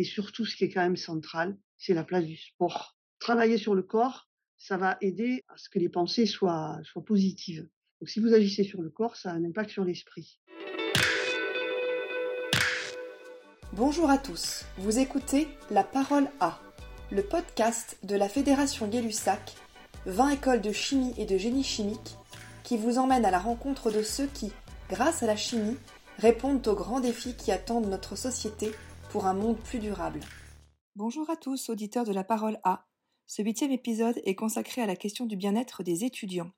et surtout ce qui est quand même central, c'est la place du sport. Travailler sur le corps, ça va aider à ce que les pensées soient positives. Donc si vous agissez sur le corps, ça a un impact sur l'esprit. Bonjour à tous, vous écoutez La Parole A, le podcast de la Fédération Gay-Lussac, 20 écoles de chimie et de génie chimique, qui vous emmène à la rencontre de ceux qui, grâce à la chimie, répondent aux grands défis qui attendent notre société pour un monde plus durable. Bonjour à tous, auditeurs de La Parole A. Ce 8e épisode est consacré à la question du bien-être des étudiants.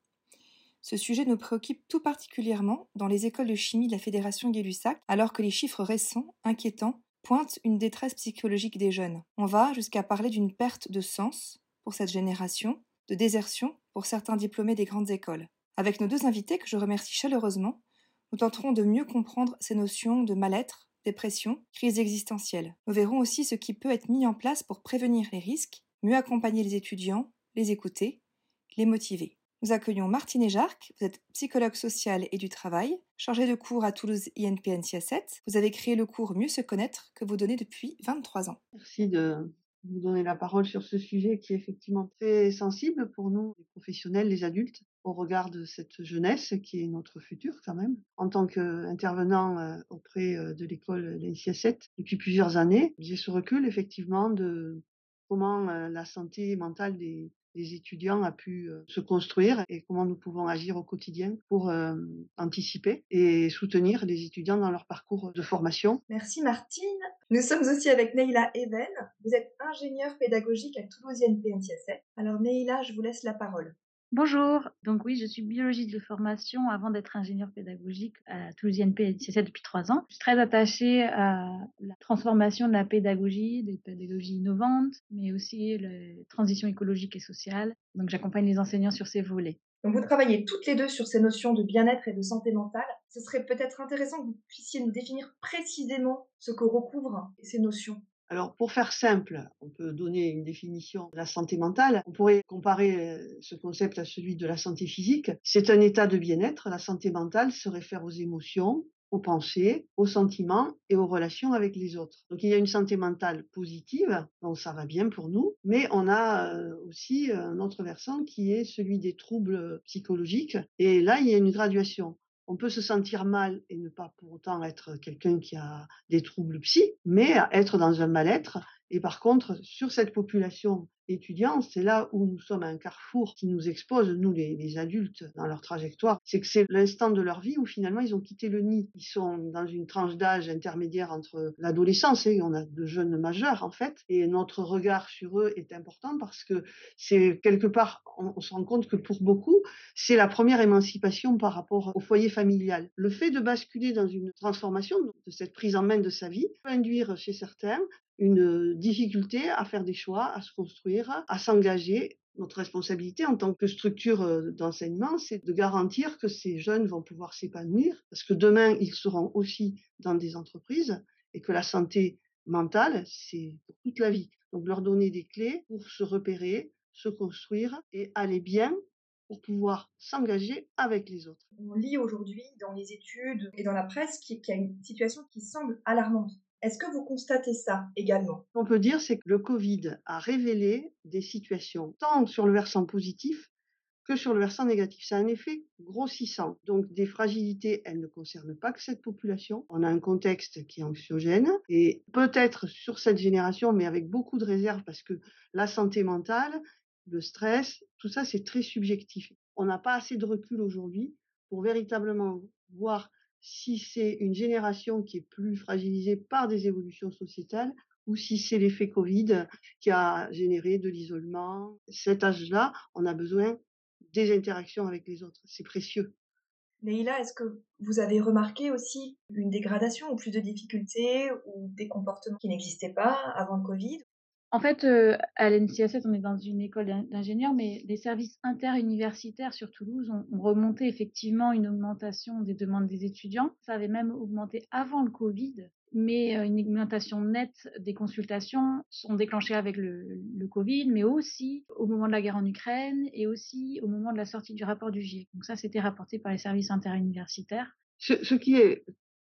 Ce sujet nous préoccupe tout particulièrement dans les écoles de chimie de la Fédération Gay-Lussac, alors que les chiffres récents, inquiétants, pointent une détresse psychologique des jeunes. On va jusqu'à parler d'une perte de sens pour cette génération, de désertion pour certains diplômés des grandes écoles. Avec nos deux invités, que je remercie chaleureusement, nous tenterons de mieux comprendre ces notions de mal-être, dépression, crise existentielle. Nous verrons aussi ce qui peut être mis en place pour prévenir les risques, mieux accompagner les étudiants, les écouter, les motiver. Nous accueillons Martine Ejarc, vous êtes psychologue sociale et du travail, chargée de cours à Toulouse INP-NCA 7. Vous avez créé le cours Mieux se connaître que vous donnez depuis 23 ans. Merci de nous donner la parole sur ce sujet qui est effectivement très sensible pour nous, les professionnels, les adultes, au regard de cette jeunesse qui est notre futur quand même. En tant qu'intervenant auprès de l'école l'NCA 7 depuis plusieurs années, j'ai ce recul effectivement de comment la santé mentale des étudiants a pu se construire et comment nous pouvons agir au quotidien pour anticiper et soutenir les étudiants dans leur parcours de formation. Merci Martine. Nous sommes aussi avec Neila Even. Vous êtes ingénieure pédagogique à Toulouse INP-NCA 7. Alors Neila, je vous laisse la parole. Bonjour, donc oui, je suis biologiste de formation avant d'être ingénieure pédagogique à Toulouse INP et CSA depuis 3 ans. Je suis très attachée à la transformation de la pédagogie, des pédagogies innovantes, mais aussi la transition écologique et sociale. Donc j'accompagne les enseignants sur ces volets. Donc vous travaillez toutes les deux sur ces notions de bien-être et de santé mentale. Ce serait peut-être intéressant que vous puissiez nous définir précisément ce que recouvrent ces notions. Alors, pour faire simple, on peut donner une définition de la santé mentale. On pourrait comparer ce concept à celui de la santé physique. C'est un état de bien-être. La santé mentale se réfère aux émotions, aux pensées, aux sentiments et aux relations avec les autres. Donc, il y a une santé mentale positive, donc ça va bien pour nous, mais on a aussi un autre versant qui est celui des troubles psychologiques. Et là, il y a une graduation. On peut se sentir mal et ne pas pour autant être quelqu'un qui a des troubles psy, mais être dans un mal-être. Et par contre, sur cette population étudiante, c'est là où nous sommes à un carrefour qui nous expose, nous les adultes, dans leur trajectoire. C'est que c'est l'instant de leur vie où finalement ils ont quitté le nid. Ils sont dans une tranche d'âge intermédiaire entre l'adolescence, et on a de jeunes majeurs en fait, et notre regard sur eux est important parce que c'est quelque part, on se rend compte que pour beaucoup, c'est la première émancipation par rapport au foyer familial. Le fait de basculer dans une transformation, de cette prise en main de sa vie, peut induire chez certains une difficulté à faire des choix, à se construire, à s'engager. Notre responsabilité en tant que structure d'enseignement, c'est de garantir que ces jeunes vont pouvoir s'épanouir, parce que demain, ils seront aussi dans des entreprises et que la santé mentale, c'est pour toute la vie. Donc, leur donner des clés pour se repérer, se construire et aller bien pour pouvoir s'engager avec les autres. On lit aujourd'hui dans les études et dans la presse qu'il y a une situation qui semble alarmante. Est-ce que vous constatez ça également? Ce qu'on peut dire, c'est que le Covid a révélé des situations, tant sur le versant positif que sur le versant négatif. C'est un effet grossissant. Donc, des fragilités, elles ne concernent pas que cette population. On a un contexte qui est anxiogène et peut-être sur cette génération, mais avec beaucoup de réserves parce que la santé mentale, le stress, tout ça, c'est très subjectif. On n'a pas assez de recul aujourd'hui pour véritablement voir si c'est une génération qui est plus fragilisée par des évolutions sociétales ou si c'est l'effet Covid qui a généré de l'isolement. Cet âge-là, on a besoin des interactions avec les autres. C'est précieux. Leïla, est-ce que vous avez remarqué aussi une dégradation ou plus de difficultés ou des comportements qui n'existaient pas avant le Covid? En fait, à l'NCA 7, on est dans une école d'ingénieurs, mais les services interuniversitaires sur Toulouse ont remonté effectivement une augmentation des demandes des étudiants. Ça avait même augmenté avant le Covid, mais une augmentation nette des consultations sont déclenchées avec le Covid, mais aussi au moment de la guerre en Ukraine et aussi au moment de la sortie du rapport du GIEC. Donc ça, c'était rapporté par les services interuniversitaires. Ce qui est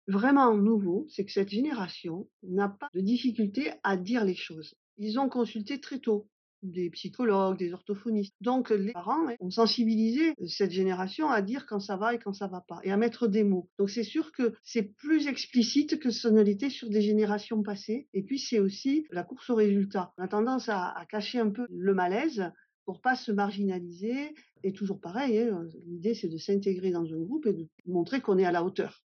vraiment nouveau, c'est que cette génération n'a pas de difficulté à dire les choses. Ils ont consulté très tôt des psychologues, des orthophonistes. Donc les parents ont sensibilisé cette génération à dire quand ça va et quand ça va pas et à mettre des mots. Donc c'est sûr que c'est plus explicite que ce ne l'était sur des générations passées et puis c'est aussi la course aux résultats. On a tendance à cacher un peu le malaise pour pas se marginaliser et toujours pareil, hein, l'idée c'est de s'intégrer dans un groupe et de montrer qu'on est à la hauteur.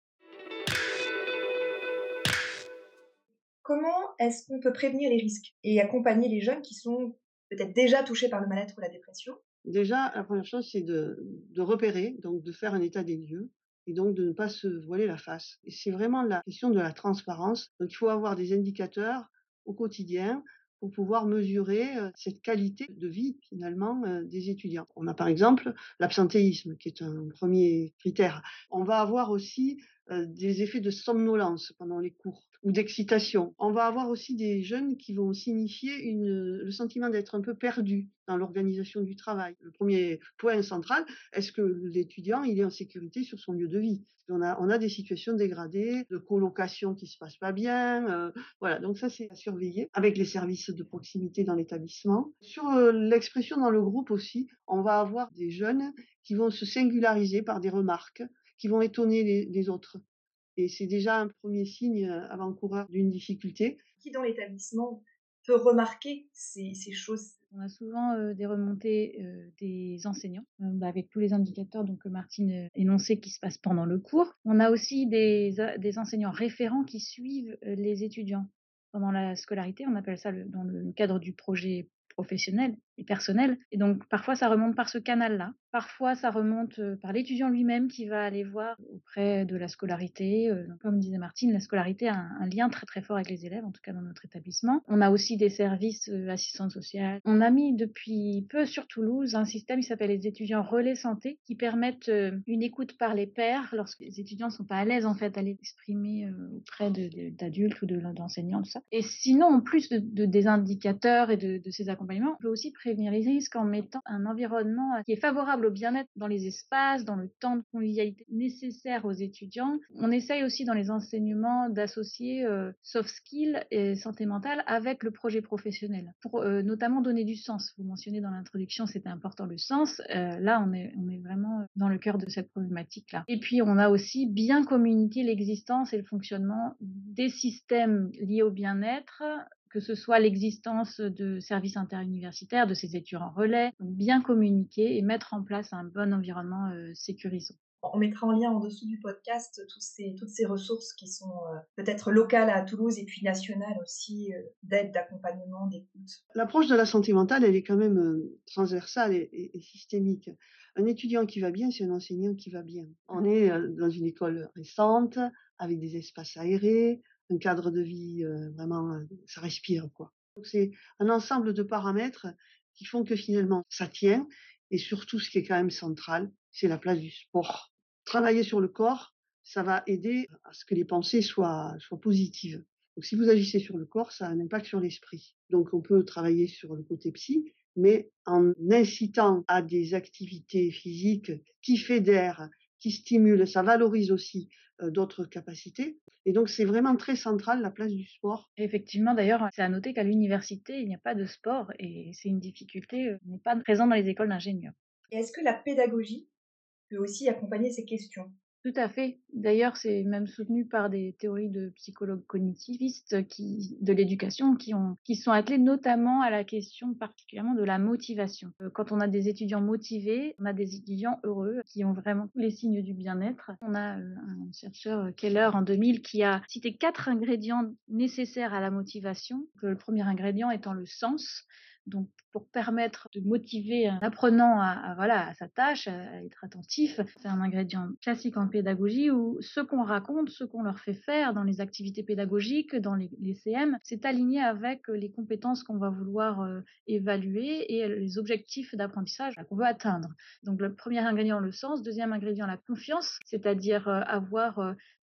Comment est-ce qu'on peut prévenir les risques et accompagner les jeunes qui sont peut-être déjà touchés par le mal-être ou la dépression? Déjà, la première chose, c'est de repérer, donc de faire un état des lieux et donc de ne pas se voiler la face et c'est vraiment la question de la transparence. Donc il faut avoir des indicateurs au quotidien pour pouvoir mesurer, cette qualité de vie finalement, des étudiants. On a par exemple l'absentéisme qui est un premier critère. On va avoir aussi, des effets de somnolence pendant les cours ou d'excitation. On va avoir aussi des jeunes qui vont signifier le sentiment d'être un peu perdus dans l'organisation du travail. Le premier point central, est-ce que l'étudiant, il est en sécurité sur son lieu de vie? On a des situations dégradées, de colocation qui se passe pas bien, voilà, donc ça, c'est à surveiller avec les services de proximité dans l'établissement. Sur, l'expression dans le groupe aussi, on va avoir des jeunes qui vont se singulariser par des remarques, qui vont étonner les autres et c'est déjà un premier signe, avant-coureur d'une difficulté. Qui dans l'établissement peut remarquer ces choses? On a souvent, des remontées, des enseignants, avec tous les indicateurs donc que Martine, énonçait qui se passent pendant le cours. On a aussi des enseignants référents qui suivent, les étudiants pendant la scolarité. On appelle ça dans le cadre du projet professionnel et personnel et donc parfois ça remonte par ce canal-là. Parfois ça remonte, par l'étudiant lui-même qui va aller voir auprès de la scolarité, donc comme disait Martine, la scolarité a un lien très, très fort avec les élèves, en tout cas dans notre établissement. On a aussi des services, assistance sociale. On a mis depuis peu sur Toulouse un système qui s'appelle les étudiants relais santé qui permettent, une écoute par les pairs lorsque les étudiants sont pas à l'aise en fait à l'exprimer, auprès d'adultes ou d'enseignants, tout ça. Et sinon, en plus des indicateurs et de ces accompagnements, on peut aussi prévenir les risques en mettant un environnement, qui est favorable au bien-être dans les espaces, dans le temps de convivialité nécessaire aux étudiants. On essaye aussi dans les enseignements d'associer, soft skills et santé mentale avec le projet professionnel pour, notamment donner du sens. Vous mentionnez dans l'introduction, c'était important le sens. Là, on est vraiment, dans le cœur de cette problématique-là. Et puis, on a aussi bien communiqué l'existence et le fonctionnement des systèmes liés au bien-être, que ce soit l'existence de services interuniversitaires, de ces études en relais, donc bien communiquer et mettre en place un bon environnement, sécurisant. On mettra en lien en dessous du podcast toutes ces ressources qui sont peut-être locales à Toulouse et puis nationales aussi, d'aide, d'accompagnement, d'écoute. L'approche de la santé mentale, elle est quand même, transversale et systémique. Un étudiant qui va bien, c'est un enseignant qui va bien. On est, dans une école récente, avec des espaces aérés, un cadre de vie, vraiment, ça respire, quoi. Donc c'est un ensemble de paramètres qui font que finalement ça tient et surtout ce qui est quand même central, c'est la place du sport. Travailler sur le corps, ça va aider à ce que les pensées soient positives. Donc si vous agissez sur le corps, ça a un impact sur l'esprit. Donc on peut travailler sur le côté psy, mais en incitant à des activités physiques qui fédèrent, qui stimulent, ça valorise aussi, d'autres capacités et donc c'est vraiment très central la place du sport. Effectivement, d'ailleurs, c'est à noter qu'à l'université, il n'y a pas de sport et c'est une difficulté, qui n'est pas présente dans les écoles d'ingénieurs. Et est-ce que la pédagogie peut aussi accompagner ces questions? Tout à fait. D'ailleurs, c'est même soutenu par des théories de psychologues cognitivistes de l'éducation qui sont attelés notamment à la question particulièrement de la motivation. Quand on a des étudiants motivés, on a des étudiants heureux qui ont vraiment tous les signes du bien-être. On a un chercheur, Keller, en 2000, qui a cité 4 ingrédients nécessaires à la motivation. Le premier ingrédient étant le sens. Donc, pour permettre de motiver un apprenant voilà, à sa tâche, à être attentif, c'est un ingrédient classique en pédagogie où ce qu'on raconte, ce qu'on leur fait faire dans les activités pédagogiques, dans les CM, c'est aligné avec les compétences qu'on va vouloir évaluer et les objectifs d'apprentissage qu'on veut atteindre. Donc, le premier ingrédient, le sens. Deuxième ingrédient, la confiance, c'est-à-dire avoir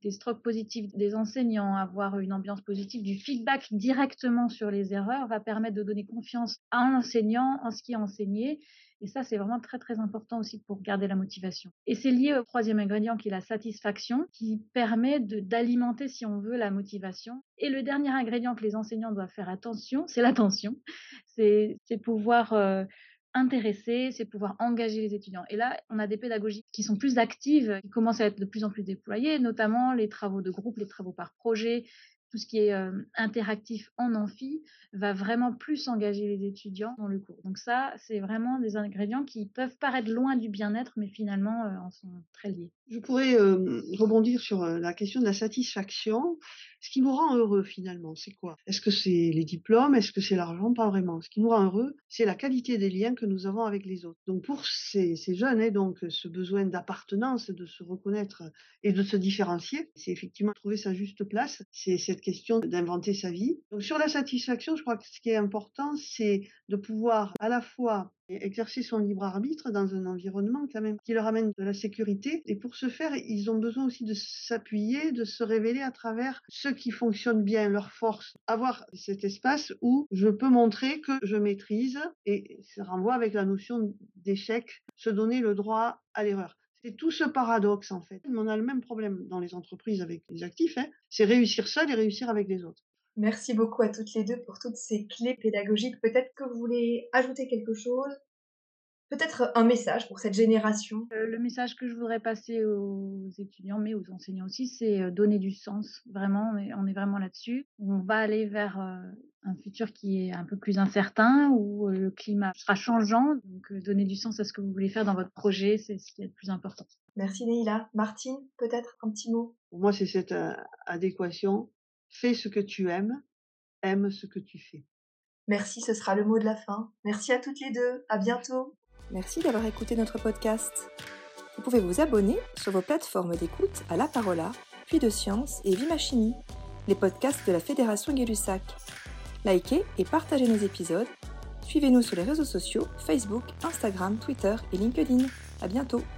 des strokes positifs des enseignants, avoir une ambiance positive, du feedback directement sur les erreurs va permettre de donner confiance à un enseignant en ce qui est enseigné. Et ça, c'est vraiment très, très important aussi pour garder la motivation. Et c'est lié au troisième ingrédient qui est la satisfaction, qui permet d'alimenter, si on veut, la motivation. Et le dernier ingrédient que les enseignants doivent faire attention, c'est l'attention. C'est pouvoir intéresser, c'est pouvoir engager les étudiants. Et là, on a des pédagogies qui sont plus actives, qui commencent à être de plus en plus déployées, notamment les travaux de groupe, les travaux par projet, tout ce qui est interactif en amphi va vraiment plus engager les étudiants dans le cours. Donc ça, c'est vraiment des ingrédients qui peuvent paraître loin du bien-être, mais finalement en sont très liés. Je pourrais rebondir sur la question de la satisfaction. Ce qui nous rend heureux finalement, c'est quoi? Est-ce que c'est les diplômes? Est-ce que c'est l'argent? Pas vraiment. Ce qui nous rend heureux, c'est la qualité des liens que nous avons avec les autres. Donc pour ces jeunes, donc ce besoin d'appartenance, de se reconnaître et de se différencier, c'est effectivement trouver sa juste place. C'est cette question d'inventer sa vie. Donc sur la satisfaction, je crois que ce qui est important, c'est de pouvoir à la fois exercer son libre arbitre dans un environnement quand même qui leur amène de la sécurité. Et pour ce faire, ils ont besoin aussi de s'appuyer, de se révéler à travers ce qui fonctionne bien, leur force. Avoir cet espace où je peux montrer que je maîtrise, et ça renvoie avec la notion d'échec, se donner le droit à l'erreur. C'est tout ce paradoxe en fait. On a le même problème dans les entreprises avec les actifs, c'est réussir seul et réussir avec les autres. Merci beaucoup à toutes les deux pour toutes ces clés pédagogiques. Peut-être que vous voulez ajouter quelque chose? Peut-être un message pour cette génération? Le message que je voudrais passer aux étudiants, mais aux enseignants aussi, c'est donner du sens. Vraiment, on est vraiment là-dessus. On va aller vers un futur qui est un peu plus incertain, où le climat sera changeant. Donc, donner du sens à ce que vous voulez faire dans votre projet, c'est ce qui est le plus important. Merci Neila. Martine, peut-être un petit mot? Pour moi, c'est cette adéquation. Fais ce que tu aimes, aime ce que tu fais. Merci, ce sera le mot de la fin. Merci à toutes les deux. À bientôt. Merci d'avoir écouté notre podcast. Vous pouvez vous abonner sur vos plateformes d'écoute à La Parola, Puits de Science et Vimachimie, les podcasts de la Fédération Gay-Lussac. Likez et partagez nos épisodes. Suivez-nous sur les réseaux sociaux, Facebook, Instagram, Twitter et LinkedIn. À bientôt.